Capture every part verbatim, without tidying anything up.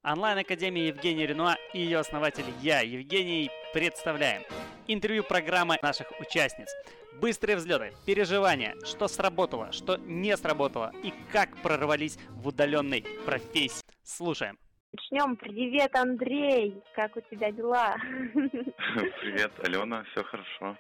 Онлайн-академия Евгения Ренуа и ее основатель я, Евгений, представляем интервью программы наших участниц. Быстрые взлеты, переживания, что сработало, что не сработало и как прорвались в удаленной профессии. Слушаем. Начнем. Привет, Андрей! Как у тебя дела? Привет, Алена, все хорошо.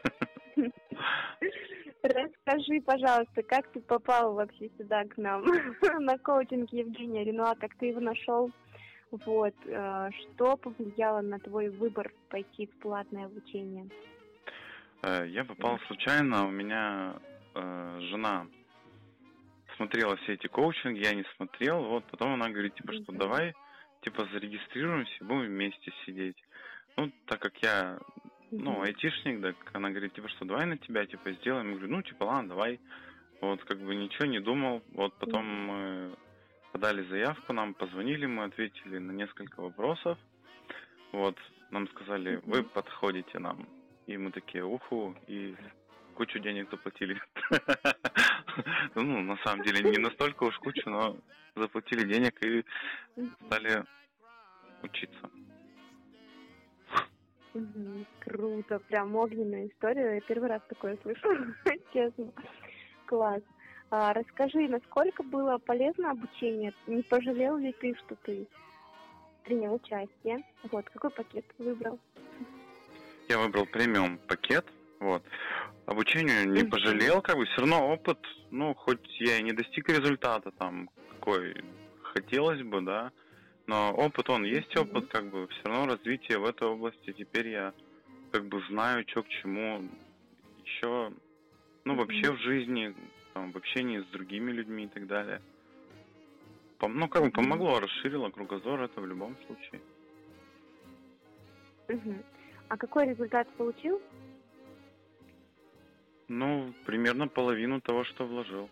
Расскажи, пожалуйста, как ты попал вообще сюда к нам на коучинг Евгения Ренуа, как ты его нашел? Вот, что повлияло на твой выбор пойти в платное обучение? Я попал случайно, у меня э, жена смотрела все эти коучинги, я не смотрел, вот, потом она говорит, типа, что давай, типа, зарегистрируемся, будем вместе сидеть. Ну, так как я, ну, айтишник, так она говорит, типа, что давай на тебя, типа, сделаем. Я говорю, ну, типа, ладно, давай. Вот, как бы ничего не думал, вот, потом мы подали заявку, нам позвонили, мы ответили на несколько вопросов, вот, нам сказали, вы подходите нам. И мы такие, уху, и кучу денег заплатили. Ну, на самом деле, не настолько уж кучу, но заплатили денег и стали учиться. Круто, прям огненная история. Я первый раз такое слышу, честно. Класс. А, расскажи, насколько было полезно обучение? Не пожалел ли ты, что ты принял участие? Вот, какой пакет ты выбрал? Я выбрал премиум пакет, вот. Обучению не пожалел, как бы, все равно опыт, ну, хоть я и не достиг результата, там, какой хотелось бы, да, но опыт, он есть опыт, как бы, все равно развитие в этой области, теперь я, как бы, знаю, что к чему, еще, ну, вообще в жизни, там, в общении с другими людьми и так далее. Пом- ну, как бы, помогло, расширило кругозор, это в любом случае. А какой результат получил? Ну, примерно половину того, что вложил.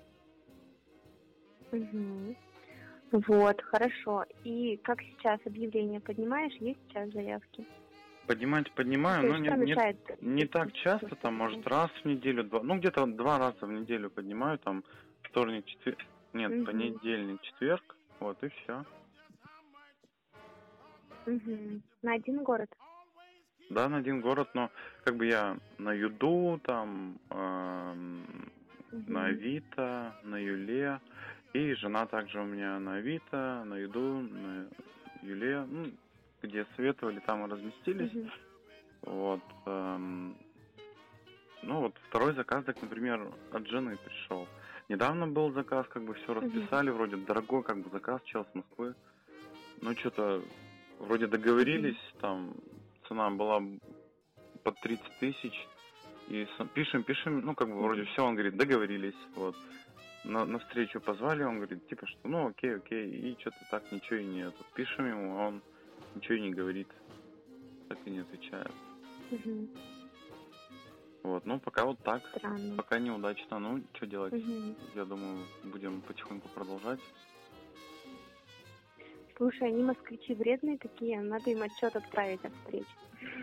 Угу. Вот, хорошо. И как сейчас объявления поднимаешь? Есть сейчас заявки? Поднимать поднимаю, То но есть, не, что не, не так часто, там, может, раз в неделю, два, ну, где-то два раза в неделю поднимаю, там, вторник, четверг, нет, Угу. понедельник, четверг, вот, и все. Угу. На один город? Да, на один город, но как бы я на Юду, там, эм, угу. на Авито, на Юле, и жена также у меня на Авито, на Юду, на Юле, ну, где советовали, там и разместились. Угу. Вот. Эм, ну вот второй заказ, так, например, от жены пришел. Недавно был заказ, как бы все расписали, угу. вроде дорогой, как бы заказ, чел с Москвы. Ну что-то вроде договорились, угу. там цена была под тридцать тысяч. И пишем, пишем, ну как бы вроде все, он говорит, договорились, вот. На, на встречу позвали, он говорит, типа, что ну окей, окей, и что-то так ничего и нет. Пишем ему, а он ничего и не говорит, так и не отвечает. Угу. Вот, ну пока вот так, Странно. пока неудачно, ну что делать, угу. я думаю, будем потихоньку продолжать. Слушай, они москвичи вредные такие, надо им отчет отправить о встрече.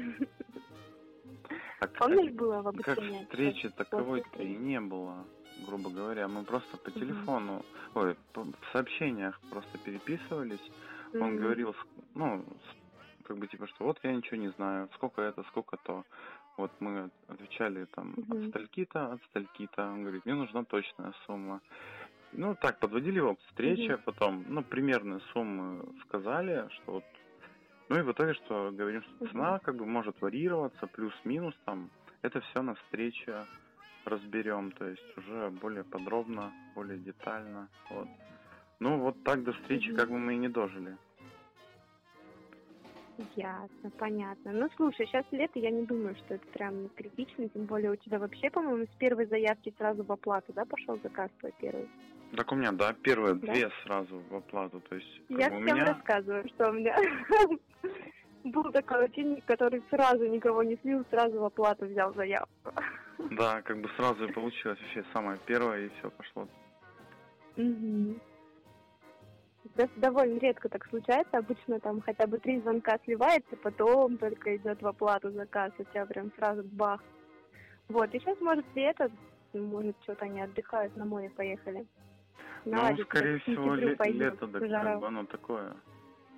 А Помнишь, как, было в обучении? Как встречи таковой-то и не было, грубо говоря. Мы просто по телефону, mm-hmm. ой, по, в сообщениях просто переписывались. Mm-hmm. Он говорил, ну, как бы типа, что вот я ничего не знаю, сколько это, сколько то. Вот мы отвечали там mm-hmm. от стальки-то, от стальки-то. Он говорит, мне нужна точная сумма. Ну, так, подводили его к встрече, mm-hmm. потом, ну, примерные суммы сказали, что вот. Ну и в итоге, что говорим, что цена как бы может варьироваться, плюс-минус там, это все на встрече разберем, то есть уже более подробно, более детально, вот. Ну вот так до встречи mm-hmm. как бы мы и не дожили. Ясно, понятно. Ну слушай, сейчас лето, я не думаю, что это прям критично, тем более у тебя вообще, по-моему, с первой заявки сразу в оплату, да, пошел заказ твой первый? Так у меня, да, первые да? две сразу в оплату, то есть... Я всем меня... рассказываю, что у меня был такой ученик, который сразу никого не слил, сразу в оплату взял заявку. Да, как бы сразу и получилось вообще самое первое, и все пошло. Угу. Это довольно редко так случается, обычно там хотя бы три звонка сливается, потом только идет в оплату заказ, у тебя прям сразу бах. Вот, и сейчас, может, и это, может, что-то они отдыхают, на море поехали. Ну, скорее всего, ле- лето, так как бы оно такое.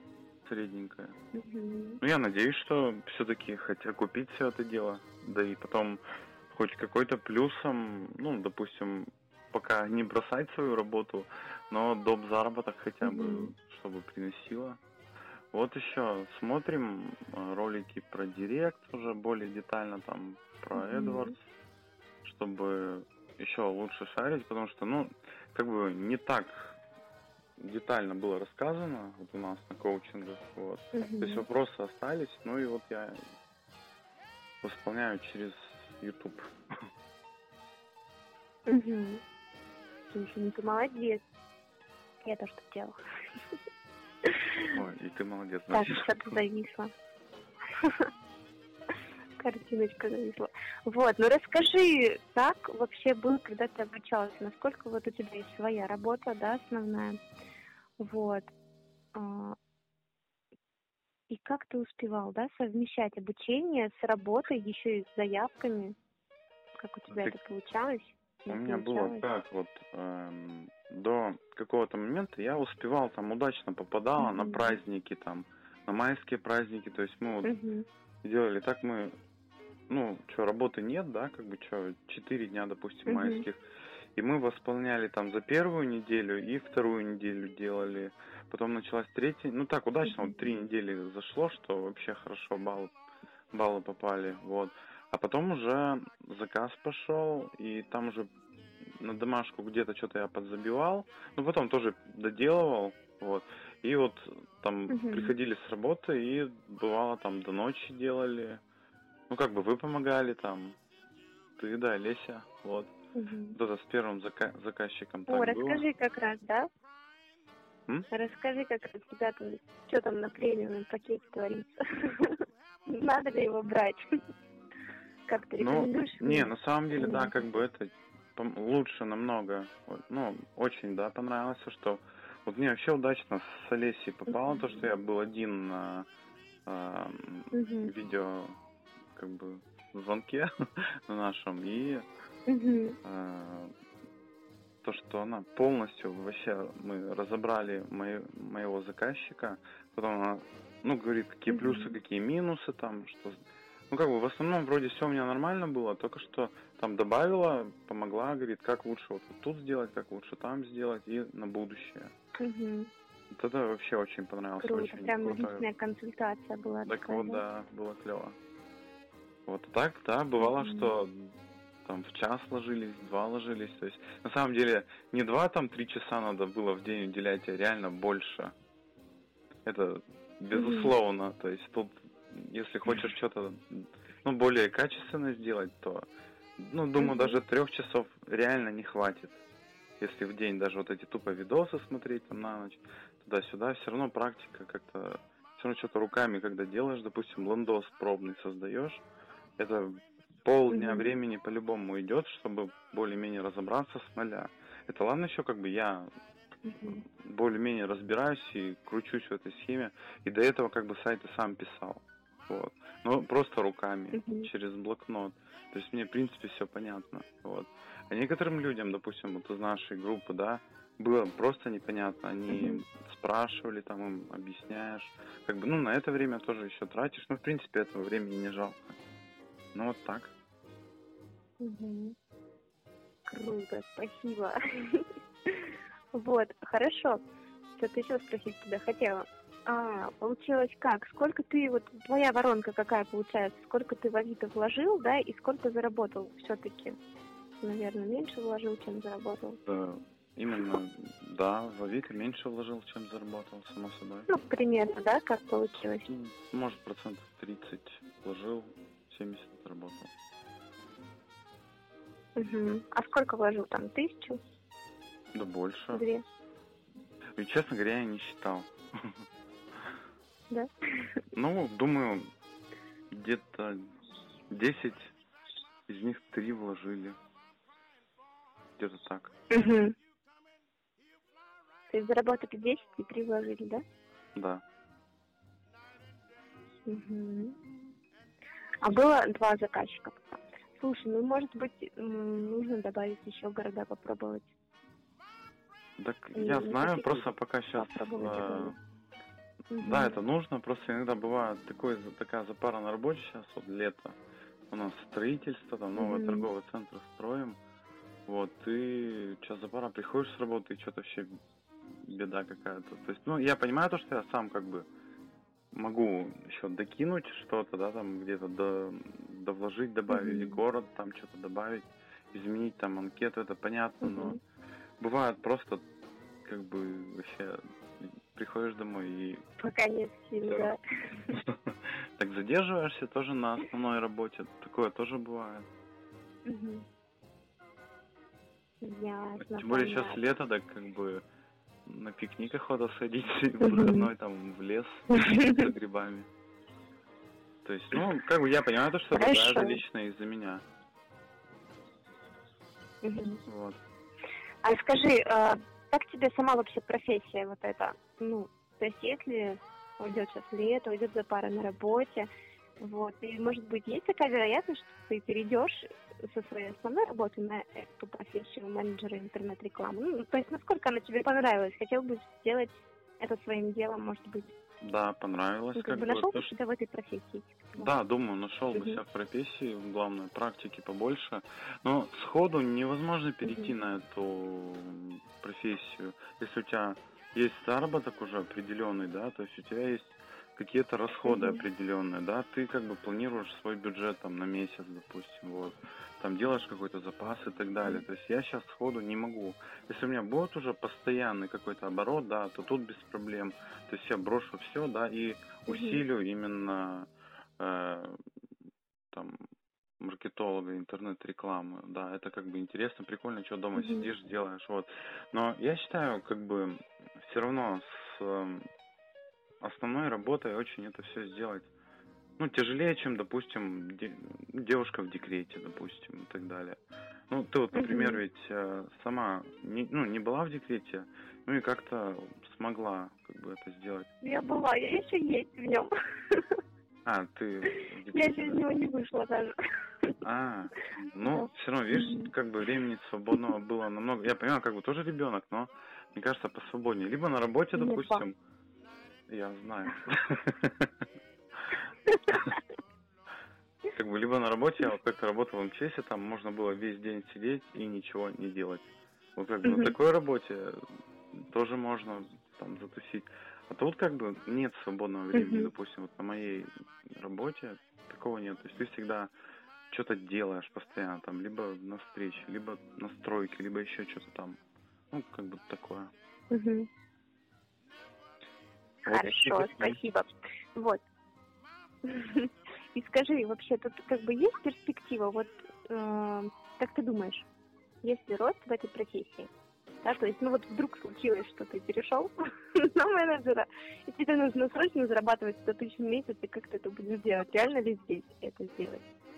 средненькое. Мгм. Ну, я надеюсь, что все-таки хоть окупить все это дело, да и потом хоть какой-то плюсом, ну, допустим, пока не бросать свою работу, но доп. Заработок хотя бы, Мгм. чтобы приносило. Вот еще смотрим э, ролики про Директ уже более детально, там, про Мгм. AdWords, чтобы еще лучше шарить, потому что, ну, как бы не так детально было рассказано вот у нас на коучингах, вот. То есть Мгм. вопросы остались, ну и вот я восполняю через YouTube. Мгм. Слушай, ну ты молодец. Я тоже так делала. Ой, и ты молодец, Так, значит. что-то зависло. Картиночка зависла. Вот, ну расскажи, как вообще было, когда ты обучалась? Насколько вот у тебя есть своя работа, да, основная? Вот. а, И как ты успевал, да, совмещать обучение с работой, еще и с заявками? Как у тебя Так это получалось? у Не меня было получалось? так вот, эм, до какого-то момента я успевал, там удачно попадала на Мгм. праздники, там, на майские праздники, то есть мы вот Мгм. делали так, мы, ну, что, работы нет, да, как бы, что, четыре дня, допустим, Мгм. майских, и мы восполняли там за первую неделю и вторую неделю делали, потом началась третья, ну, так удачно, вот три Мгм. недели зашло, что вообще хорошо балл баллы попали, вот. А потом уже заказ пошел, и там уже на домашку где-то что-то я подзабивал, но потом тоже доделывал, вот. И вот там Мгм. приходили с работы, и бывало там до ночи делали. Ну, как бы вы помогали там, ты, да, Леся, вот. Мгм. Вот это с первым зака- заказчиком О, так было. расскажи как раз, да? М? Расскажи как раз, ребята, что там на премиум пакете творится. Надо ли его брать? Как ты Ну, рекомендуешь не, мне на самом деле, да, применять? как бы это пом- лучше намного. Вот, ну, очень, да, понравилось, что вот мне вообще удачно с Олесей попало, то, что Мгм. я был один на а, м, Мгм. видео, как бы, звонке на нашем, и Мгм. а, то, что она полностью вообще, мы разобрали мои- моего заказчика, потом она, ну, говорит, какие плюсы, Мгм. какие минусы там, что, ну, как бы, в основном, вроде все у меня нормально было, только что там добавила, помогла, говорит, как лучше вот тут сделать, как лучше там сделать, и на будущее. Мгм. Вот это вообще очень понравилось, Круто. очень Прям крутой. личная консультация была Так такая, вот, да? да, было клево. Вот так, да, бывало, Мгм. что там в час ложились, два ложились. То есть, на самом деле, не два, там, три часа надо было в день уделять, а реально больше. Это Мгм. безусловно. То есть, тут, если хочешь что-то, ну, более качественно сделать, то, ну, думаю, Мгм. даже трех часов реально не хватит. Если в день даже вот эти тупо видосы смотреть там на ночь, туда-сюда, все равно практика как-то, все равно что-то руками, когда делаешь, допустим, лендос пробный создаешь, это полдня Мгм. времени по-любому идет, чтобы более-менее разобраться с нуля. Это ладно еще, как бы я Мгм. более-менее разбираюсь и кручусь в этой схеме, и до этого как бы сайты сам писал. Вот. Но просто руками, Мгм. через блокнот. То есть мне, в принципе, все понятно. Вот. А некоторым людям, допустим, вот из нашей группы, да, было просто непонятно. Мгм. Они спрашивали, там им объясняешь. Как бы, ну, на это время тоже еще тратишь. Но, в принципе, этого времени не жалко. Ну, вот так. Мгм. Круто, спасибо. Вот, хорошо. Что-то еще спросить тебя хотела. А, получилось как? Сколько ты, вот твоя воронка какая получается? Сколько ты в Авито вложил, да, и сколько заработал все-таки? Наверное, меньше вложил, чем заработал. Э, Именно, да, в Авито меньше вложил, чем заработал, само собой. Ну, примерно, да, как получилось? Ну, может, процентов тридцать вложил, семьдесят заработал. Угу. А сколько вложил там? Тысячу? Да больше. Две? И, честно говоря, я не считал. Да? Ну, думаю, где-то десять из них три вложили. Где-то так. Угу. То есть заработали десять и три вложили, да? Да. Угу. А было два заказчика пока. Слушай, ну, может быть, м, нужно добавить еще города попробовать. Так Не, я не знаю, хотите просто пока сейчас попробовать добавить? Да, Мгм. это нужно, просто иногда бывает такой, за- такая запара на работе сейчас, вот лето, у нас строительство, там новый Мгм. торговый центр строим, вот, и час запара, приходишь с работы, и что-то вообще беда какая-то. То есть, ну, я понимаю то, что я сам как бы могу еще докинуть что-то, да, там где-то до, довложить, добавить Мгм. город, там что-то добавить, изменить там анкету, это понятно, но Мгм. бывает просто как бы вообще приходишь домой и Пока нет сил, да. так задерживаешься тоже на основной работе. Такое тоже бывает. Мгм. Ясно, Тем более сейчас понятно. лето, так как бы на пикник охота сходить в Мгм. выходной там в лес за грибами. То есть, ну, как бы я понимаю то, что это, да, это Хорошо. лично из-за меня. Мгм. Вот. А скажи, а, как тебе сама вообще профессия вот эта? Ну, то есть если уйдет сейчас лето, уйдет запара на работе, вот, и может быть есть такая вероятность, что ты перейдешь со своей основной работы на эту профессию менеджера интернет-рекламы? Ну, то есть насколько она тебе понравилась? Хотел бы сделать это своим делом, может быть? Да, понравилось, Ну, как как бы бы нашел то, бы что... себя в этой профессии? Да, думаю, нашел бы Мгм. себя в профессии, главное, практики побольше. Но сходу невозможно перейти Мгм. на эту профессию, если у тебя есть заработок уже определенный, да, то есть у тебя есть какие-то расходы Мгм. определенные, да, ты как бы планируешь свой бюджет там на месяц, допустим, вот, там делаешь какой-то запас и так далее. То есть я сейчас сходу не могу. Если у меня будет уже постоянный какой-то оборот, да, то тут без проблем. То есть я брошу все, да, и Мгм. усилю именно э, там маркетолога, интернет-рекламы, да, это как бы интересно, прикольно, что дома Мгм. сидишь, делаешь, вот. Но я считаю, как бы все равно с э, основной работой очень это все сделать, ну, тяжелее, чем, допустим, де- девушка в декрете, допустим, и так далее. Ну, ты вот, например, Мгм. ведь э, сама, не, ну, не была в декрете, ну и как-то смогла, как бы, это сделать. Я была, я еще есть в нем. А, ты в Я декрете, еще из да? него не вышла даже. А, Да. ну, все равно, видишь, Мгм. как бы времени свободного было намного. Я понимаю, как бы тоже ребенок, но мне кажется, посвободнее. Либо на работе, Мне два. допустим, я знаю. Как бы либо на работе, я вот как-то работал в МЧСе, там можно было весь день сидеть и ничего не делать. Вот как бы на Мгм. такой работе тоже можно там затусить. А тут как бы нет свободного времени, Мгм. допустим, вот на моей работе такого нет. То есть ты всегда что-то делаешь постоянно, там, либо на встрече, либо на стройке, либо еще что-то там. Ну, как бы такое. Мгм. Вот такие Хорошо, какие. спасибо. Вот. И скажи, вообще тут как бы есть перспектива, вот э, как ты думаешь, есть ли рост в этой профессии? Да, то есть, ну вот вдруг случилось, что ты перешел на менеджера, и тебе нужно срочно зарабатывать сто тысяч в месяц, и как ты это будешь делать? Реально ли здесь это сделать?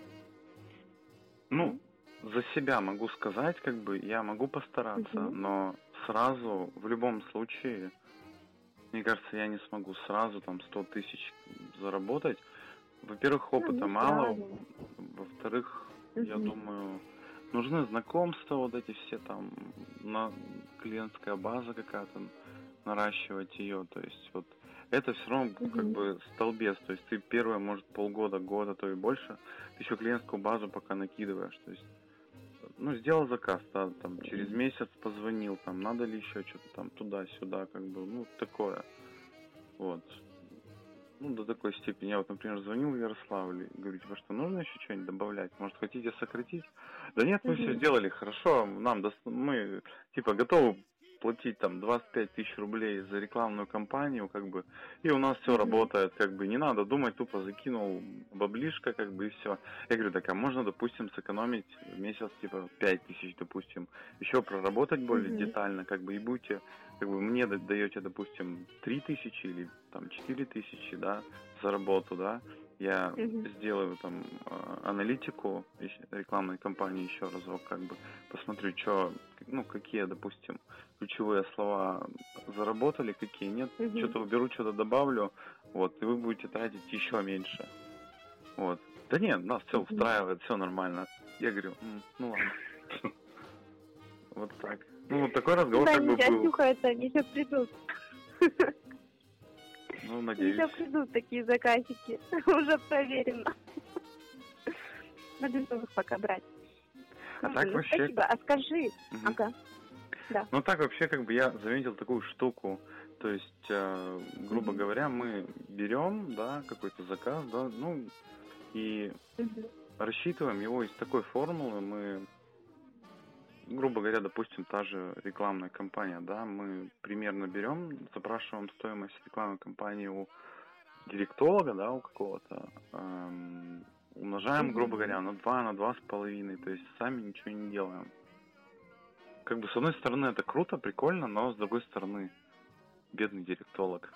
Ну, за себя могу сказать, как бы, я могу постараться, Мгм. но сразу, в любом случае, мне кажется, я не смогу сразу там сто тысяч заработать. Во-первых, Ну, опыта не мало, сразу. во-вторых, я Мгм. думаю, нужны знакомства, вот эти все там, на клиентская база какая-то, наращивать ее, то есть вот это все равно как Мгм. бы столбец, то есть ты первое, может, полгода, года, то и больше, ты еще клиентскую базу пока накидываешь, то есть ну, сделал заказ, да, там, через месяц позвонил, там, надо ли еще что-то там, туда-сюда, как бы, ну, такое, вот. Ну, до такой степени. Я вот, например, звонил в Ярославль и говорю, типа, что нужно еще что-нибудь добавлять? Может, хотите сократить? Да нет, мы все Мгм. сделали хорошо, нам, дос- мы, типа, готовы платить там двадцать пять тысяч рублей за рекламную кампанию, как бы, и у нас все Мгм. работает, как бы, не надо думать, тупо закинул баблишко, как бы, и все. Я говорю, так, а можно, допустим, сэкономить в месяц, типа, пять тысяч, допустим, еще проработать более Мгм. детально, как бы, и будете, как бы, мне да- даете, допустим, три тысячи или, там, четыре тысячи, да, за работу, да, я Мгм. сделаю там э, аналитику ещё- рекламной кампании еще разок, как бы, посмотрю, что, ну, какие, допустим, ключевые слова заработали, какие нет, Мгм. что-то уберу, что-то добавлю, вот, и вы будете тратить еще меньше, вот. Да нет, нас все Мгм. устраивает, все нормально. Я говорю, «М, ну ладно, вот так. Ну, вот такой разговор Да, как не бы был. дядюха, это они сейчас придут. Ну, надеюсь. Еще придут такие заказчики, уже проверено. Надо новых пока брать. А Ну, так ну, вообще... Спасибо. А скажи... Мгм. Ага, да. Ну так вообще как бы я заметил такую штуку, то есть, э, грубо Мгм. говоря, мы берем, да, какой-то заказ, да, ну и Мгм. рассчитываем его из такой формулы. Мы, грубо говоря, допустим, та же рекламная кампания, да, мы примерно берем, запрашиваем стоимость рекламной кампании у директолога, да, у какого-то, эм, умножаем, грубо Мгм. говоря, на два, на два с половиной, то есть сами ничего не делаем. Как бы с одной стороны это круто, прикольно, но с другой стороны бедный директолог.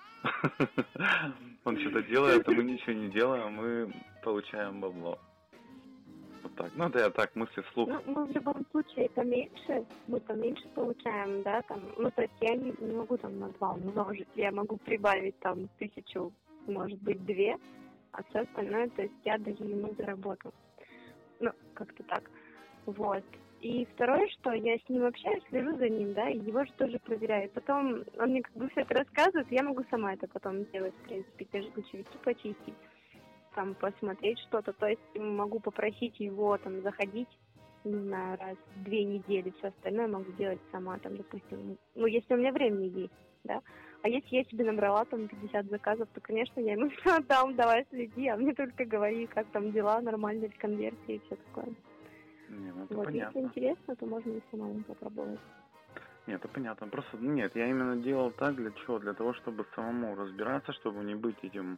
Он что-то делает, а мы ничего не делаем, а мы получаем бабло. Вот так. Ну, да, я так мысли вслух. Ну, мы в любом случае поменьше, мы поменьше получаем, да, там, ну, то есть я не, не могу там на два умножить, я могу прибавить там тысячу, может быть, две, а все остальное, то есть я даю ему за работу. Ну, как-то так. Вот. И второе, что я с ним общаюсь, слежу за ним, да, и его же тоже проверяю. Потом он мне как бы все это рассказывает, я могу сама это потом сделать, в принципе, те же ключевики почистить, там, посмотреть что-то. То есть могу попросить его, там, заходить, не знаю, раз в две недели, все остальное могу делать сама, там, допустим, ну, если у меня времени есть, да. А если я себе набрала там пятьдесят заказов, то, конечно, я ему все отдам, давай следи, а мне только говори, как там дела, нормальная ли конверсия и все такое. Не, ну это Вот, если понятно. интересно, то можно и самому попробовать. Нет, это понятно. Просто, нет, я именно делал так, для чего? Для того, чтобы самому разбираться, чтобы не быть этим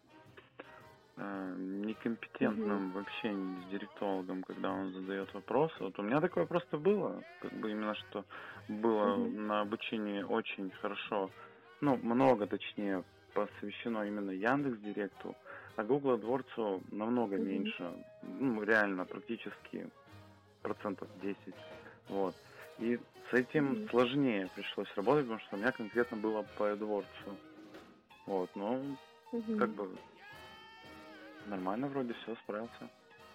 э, некомпетентным в общении с директологом, когда он задает вопросы. Вот у меня такое просто было, как бы именно что было Мгм. на обучении очень хорошо, ну, много точнее, посвящено именно Яндекс.Директу, а Google AdWords намного Мгм. меньше, ну, реально, практически процентов десять, вот. И с этим Мгм. сложнее пришлось работать, потому что у меня конкретно было по AdWords. Вот, ну, как Мгм. бы нормально вроде все, справился.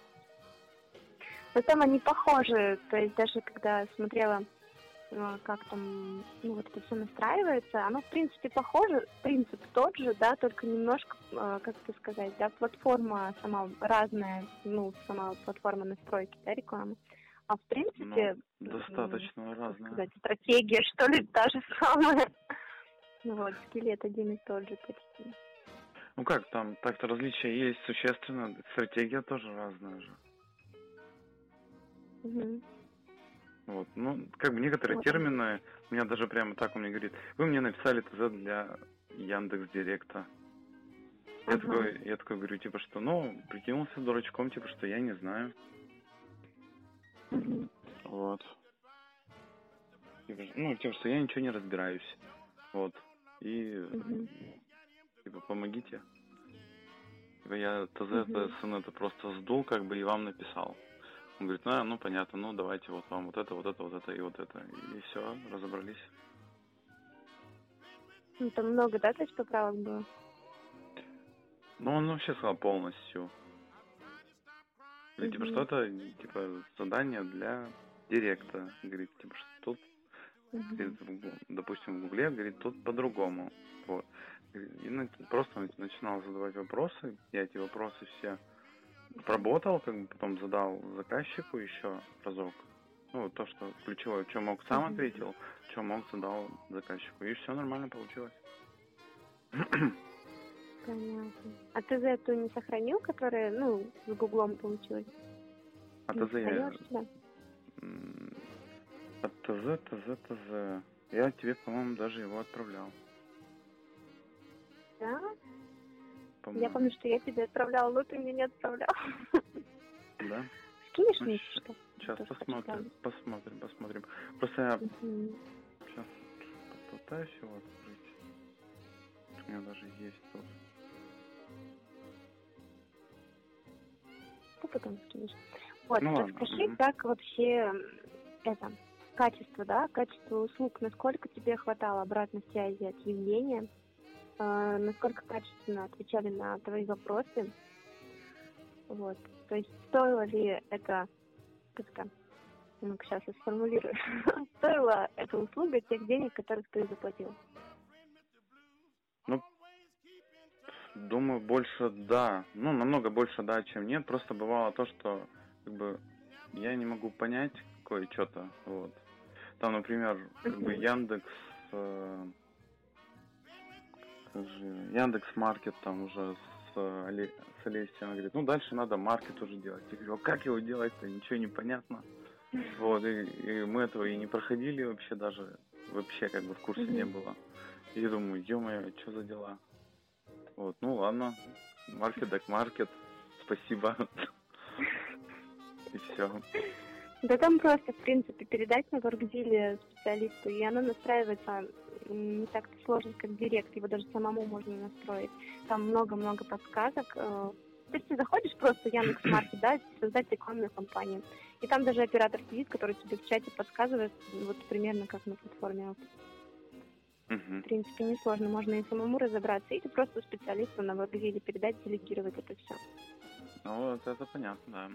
Но там они похожи, то есть даже когда смотрела, э, как там, ну, вот это все настраивается, оно, в принципе, похоже, принцип тот же, да, только немножко, э, как это сказать, да, платформа сама разная, ну, сама платформа настройки, да, рекламы. А в принципе, Ну, м, достаточно как разное. сказать, стратегия, что ли, та же самая. Ну вот, скелет один и тот же почти. Ну как, там так-то различия есть существенно, стратегия тоже разная же. Мгм. Вот, ну, как бы некоторые Вот. термины, у меня даже прямо так он мне говорит, вы мне написали ТЗ для Яндекс.Директа. Я Ага. такой, я такой говорю, типа, что, ну, прикинулся дурачком, типа, что я не знаю. Мгм. Вот. Типа, ну, типа, что я ничего не разбираюсь. Вот. И, Мгм. типа, помогите. Типа, я ТЗ, Мгм. ТСН это просто сдул, как бы, и вам написал. Он говорит, ну, ну, понятно, ну, давайте вот вам вот это, вот это, вот это и вот это. И все, разобрались. Ну, там много, да, то есть поправок было? Ну, он вообще сказал полностью. Говорит, типа, что Мгм. это, типа, задание для директа. Говорит, типа, что тут, Мгм. говорит, в Гугле- допустим, в Гугле, говорит, тут по-другому. Вот. И на- просто начинал задавать вопросы. Я эти вопросы все проработал, как бы потом задал заказчику еще разок. Ну, вот то, что ключевое, что мог сам Мгм. ответил, что мог задал заказчику. И все нормально получилось. Понятно. А ты за эту не сохранил, которая, ну, с Гуглом получилась? А Не ТЗ я... сохранил себя? м, От ТЗ, ТЗ, ТЗ. Я тебе, по-моему, даже его отправлял. Да? Я По-моему. помню, что я тебе отправляла, но ты мне не отправлял. Да? Скинешь Ну, мне, щ- что? сейчас Тоже посмотрим. почитаю. Посмотрим, посмотрим. Просто я Мгм. сейчас попытаюсь его открыть. У меня даже есть тут. Ты потом скинешь. Вот, Ну ладно. расскажи, Мгм. как вообще м, это, качество, да, качество услуг, насколько тебе хватало обратной связи от Евгения, э, насколько качественно отвечали на твои вопросы, вот, то есть стоило ли это, как это, ну, сейчас я сформулирую, стоила эта услуга тех денег, которых ты заплатил? Ну, думаю, больше да. Ну, намного больше да, чем нет. Просто бывало то, что как бы я не могу понять кое-что-то. Вот. Там, например, как бы Яндекс, э, как же, Яндекс Маркет там уже с, Оле- с Олесей, она говорит, ну дальше надо маркет уже делать. Я говорю, а как его делать-то? Ничего не понятно. Вот, и, и мы этого и не проходили вообще даже, вообще как бы в курсе не было. И я думаю, ё-моё, что за дела? Вот, ну ладно, маркет так маркет, спасибо. И все. Да там просто, в принципе, передать на Воркзиле специалисту, и оно настраивается м, не так сложно, как Директ, его даже самому можно настроить. Там много-много подсказок. э, То есть ты заходишь просто в Яндекс.Маркет, да, создать рекламную кампанию. И там даже оператор сидит, который тебе в чате подсказывает, вот примерно как на платформе. В принципе, несложно, можно и самому разобраться, или просто специалисту на Воркзиле передать, делегировать это все. Ну, вот это понятно, да.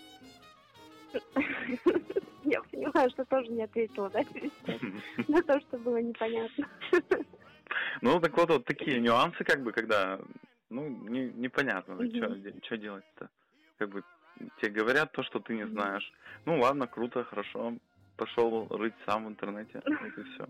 Я понимаю, что тоже не ответила, да, на то, что было непонятно. Ну, так вот, вот такие нюансы, как бы, когда, ну, не, непонятно, что делать-то. Как бы тебе говорят то, что ты не знаешь. Ну, ладно, круто, хорошо. Пошел рыть сам в интернете, вот и все.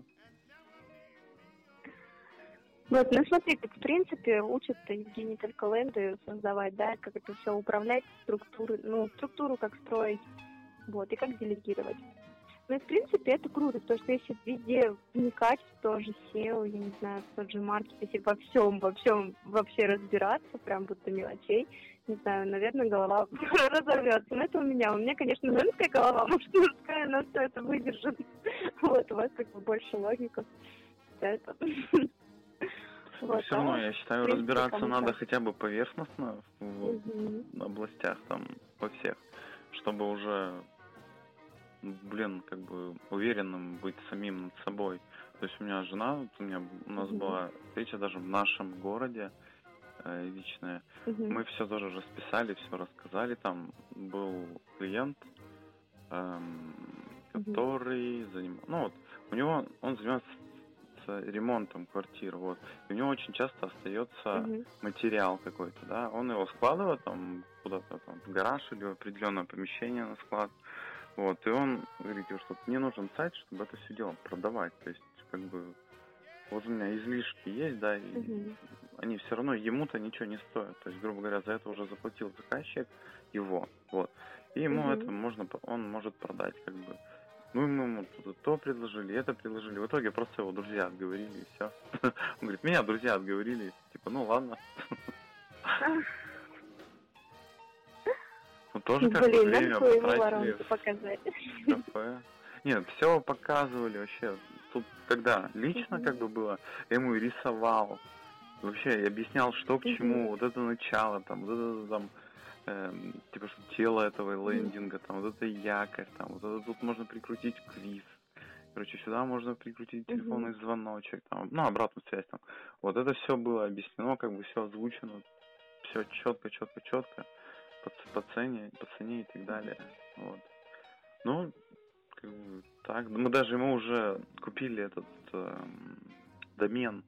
Вот, ну смотри, так, в принципе, учат Евгений только ленды создавать, да, как это все управлять, структуры, ну, структуру как строить, вот, и как делегировать. Ну и в принципе это круто, потому что если везде вникать в то же сео, я не знаю, в тот же маркет, если во всем, во всем вообще разбираться, прям вот до мелочей, не знаю, наверное, голова разорвется. Но это у меня. У меня, конечно, женская голова, может, мужская, но все это выдержит. Вот, у вас как бы больше логика. Это. Вот, все равно, я считаю, разбираться надо хотя бы поверхностно в угу. областях там, во всех, чтобы уже, блин, как бы уверенным быть самим над собой. То есть у меня жена, вот у меня у нас угу. была встреча даже в нашем городе э, личная. Угу. Мы все тоже расписали, все рассказали. Там был клиент, эм, который угу. занимался, ну вот, у него, он занимается ремонтом квартир, вот. И у него очень часто остается uh-huh. материал какой-то, да. Он его складывает там куда-то там в гараж или в определенное помещение на склад. Вот. И он говорит, что мне нужен сайт, чтобы это все дело продавать. То есть, как бы, вот у меня излишки есть, да, и uh-huh. они все равно ему-то ничего не стоят. То есть, грубо говоря, за это уже заплатил заказчик его. Вот. И ему uh-huh. это можно, он может продать, как бы. Ну, мы ему то предложили, это предложили. В итоге просто его друзья отговорили, и все. Он говорит, меня друзья отговорили. Типа, ну ладно. Ну, тоже как бы время потратили в кафе. Нет, все показывали вообще. Тут, когда лично как бы было, я ему рисовал. Вообще, я объяснял, что к чему. Вот это начало, там, вот это там... типа, что тело этого лендинга, там, вот это якорь, там, вот это тут можно прикрутить квиз. Короче, сюда можно прикрутить телефонный uh-huh. звоночек, там, ну, обратную связь, там. Вот это все было объяснено, как бы все озвучено, все четко, четко, четко, по, по цене, по цене и так далее. Вот. Ну, как бы, так. Мы даже ему уже купили этот э, домен.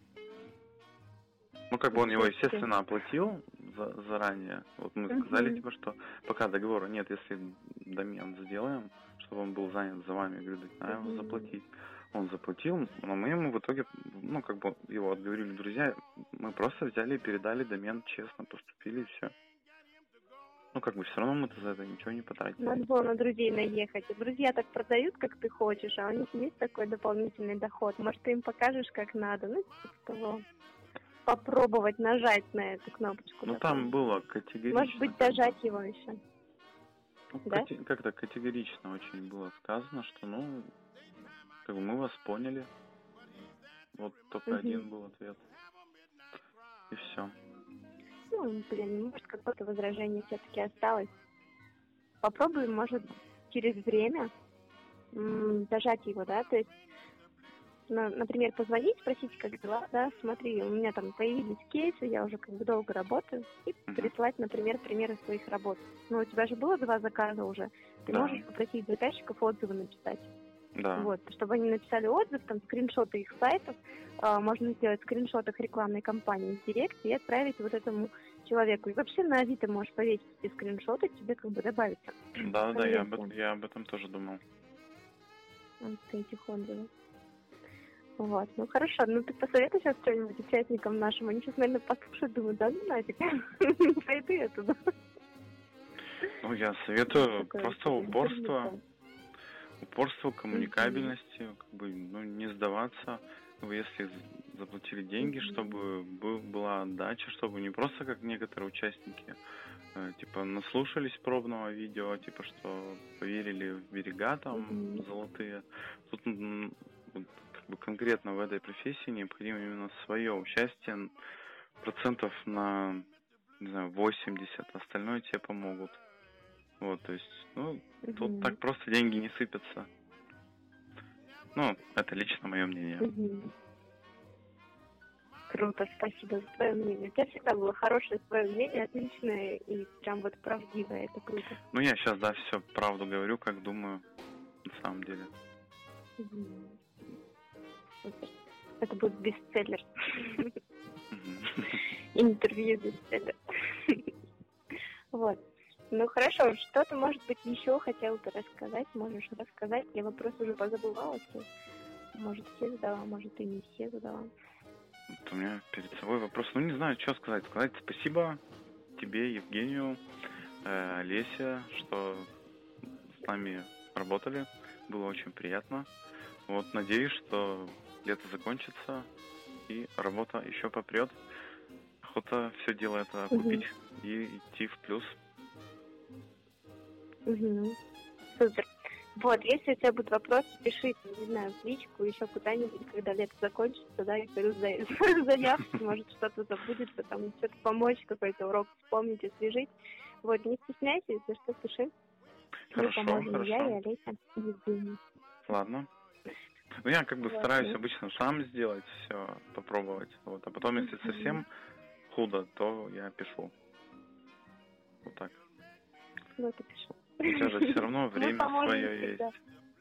Ну, как бы он его, естественно, оплатил за, заранее. Вот мы uh-huh. сказали, типа, что пока договора нет, если домен сделаем, чтобы он был занят за вами, я говорю, да, uh-huh. его заплатить. Он заплатил, но мы ему в итоге, ну, как бы его отговорили друзья, мы просто взяли и передали домен, честно поступили, и все. Ну, как бы все равно мы-то за это ничего не потратили. Надо было на друзей наехать. Друзья так продают, как ты хочешь, а у них есть такой дополнительный доход. Может, ты им покажешь, как надо, ну, типа того. Попробовать нажать на эту кнопочку. Ну, такую. там было категорично. Может быть, дожать его еще. Ну, да? кати- как-то категорично очень было сказано, что, ну, как бы мы вас поняли. Вот только угу. один был ответ. И все. Ну, блин, может, какое-то возражение все-таки осталось. Попробуем, может, через время м- дожать его, да, то есть например, позвонить, спросить, как дела, да, смотри, у меня там появились кейсы, я уже как бы долго работаю, и прислать, например, примеры своих работ. Ну, у тебя же было два заказа уже, ты да. можешь попросить заказчиков отзывы написать. Да. Вот, чтобы они написали отзыв, там, скриншоты их сайтов, а, можно сделать скриншот их рекламной кампании в директ и отправить вот этому человеку. И вообще на Авито можешь повесить эти скриншоты, тебе как бы добавится. Да, да, я об, конверсия эт- я об этом тоже думал. от этих отзывов. Вот, ну хорошо, ну ты посоветуй сейчас что-нибудь участникам нашим, они сейчас, наверное, послушают, думают, да ну нафиг, пойду я туда. Ну, я советую Такое просто вот упорство, интервью. упорство, коммуникабельности, как бы, ну, не сдаваться. Как бы, если з- заплатили деньги, Мгм. чтобы был- была отдача, чтобы не просто как некоторые участники, э, типа, наслушались пробного видео, типа, что поверили в берега там Мгм. золотые. Тут м, вот, как бы конкретно в этой профессии необходимо именно свое участие н- процентов на, не знаю, восемьдесят, остальное тебе помогут. Вот, то есть, ну, тут Мгм. так просто деньги не сыпятся. Ну, это лично мое мнение. Мгм. Круто, спасибо за твое мнение. У тебя всегда было хорошее свое мнение, отличное и прям вот правдивое, это круто. Ну, я сейчас, да, все правду говорю, как думаю, на самом деле. Мгм. Супер. Это будет бестселлер. Мгм. Интервью бестселлер. Вот. Ну хорошо, что ты, может быть, еще хотел бы рассказать? Можешь рассказать. Я вопрос уже позабывала все. Может, все задала, может, и не все задала. Вот у меня перед собой вопрос. Ну, не знаю, что сказать. Сказать спасибо тебе, Евгению, э, Олесе, что с нами работали. Было очень приятно. Вот, надеюсь, что лето закончится и работа еще попрет. Охота все дело это Мгм. купить и идти в плюс. Угу. Супер. Вот, если у тебя будут вопросы, пиши, не знаю, в личку, еще куда-нибудь, когда лето закончится, да, я пойду за, за явки, может, что-то забудется, там, что-то помочь, какой-то урок вспомнить, освежить. Вот, не стесняйся, если что, пиши. Мы Хорошо, поможем, я и хорошо. Олеся, и Евгений. Ладно. Ну, я как бы Вот, стараюсь ну. обычно сам сделать все, попробовать. Вот. А потом, если Мгм. совсем худо, то я пишу. Вот так. Вот и пишу. У тебя же все равно Мы время поможем свое всегда. есть.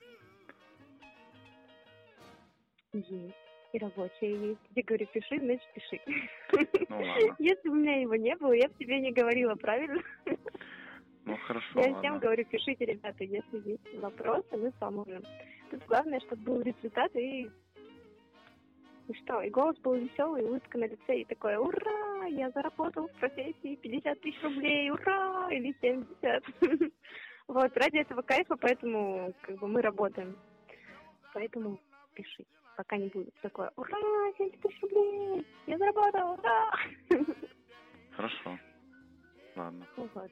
Есть. И рабочее есть. Я говорю, пиши, значит, пиши. Ну ладно. Если бы у меня его не было, я бы тебе не говорила, правильно? Ну хорошо, Я всем ладно. говорю, пишите, ребята, если есть вопросы, мы поможем. Тут главное, чтобы был результат и... И что, и голос был веселый, и улыбка на лице, и такое, ура, я заработал в профессии пятьдесят тысяч рублей, ура, или семьдесят. Вот, ради этого кайфа, поэтому как бы мы работаем. Поэтому пиши, пока не будет такое, ура, семьдесят тысяч рублей, я заработал, ура. Хорошо. Ладно. Вот.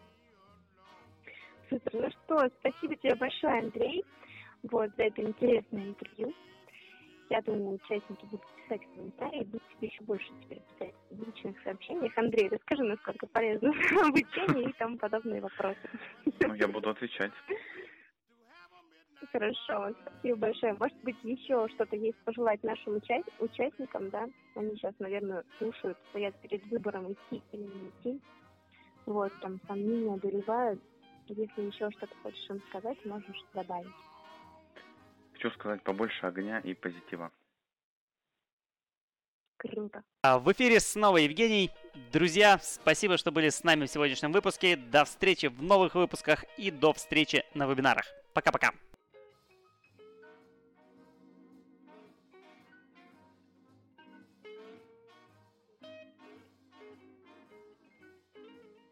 Супер, ну что, спасибо тебе большое, Андрей, вот, за это интересное интервью. Я думаю, участники будут писать комментарии, будут тебе еще больше теперь писать в личных сообщениях. Андрей, расскажи, насколько полезно обучение и тому подобные вопросы. Ну, я буду отвечать. Хорошо, спасибо большое. Может быть, еще что-то есть пожелать нашим уча- участникам, да? Они сейчас, наверное, слушают, стоят перед выбором, идти или не идти. Вот, там сомнения одолевают. Если еще что-то хочешь им сказать, можешь добавить. Хочу сказать побольше огня и позитива. Круто. А в эфире снова Евгений. Друзья, спасибо, что были с нами в сегодняшнем выпуске. До встречи в новых выпусках и до встречи на вебинарах. Пока-пока.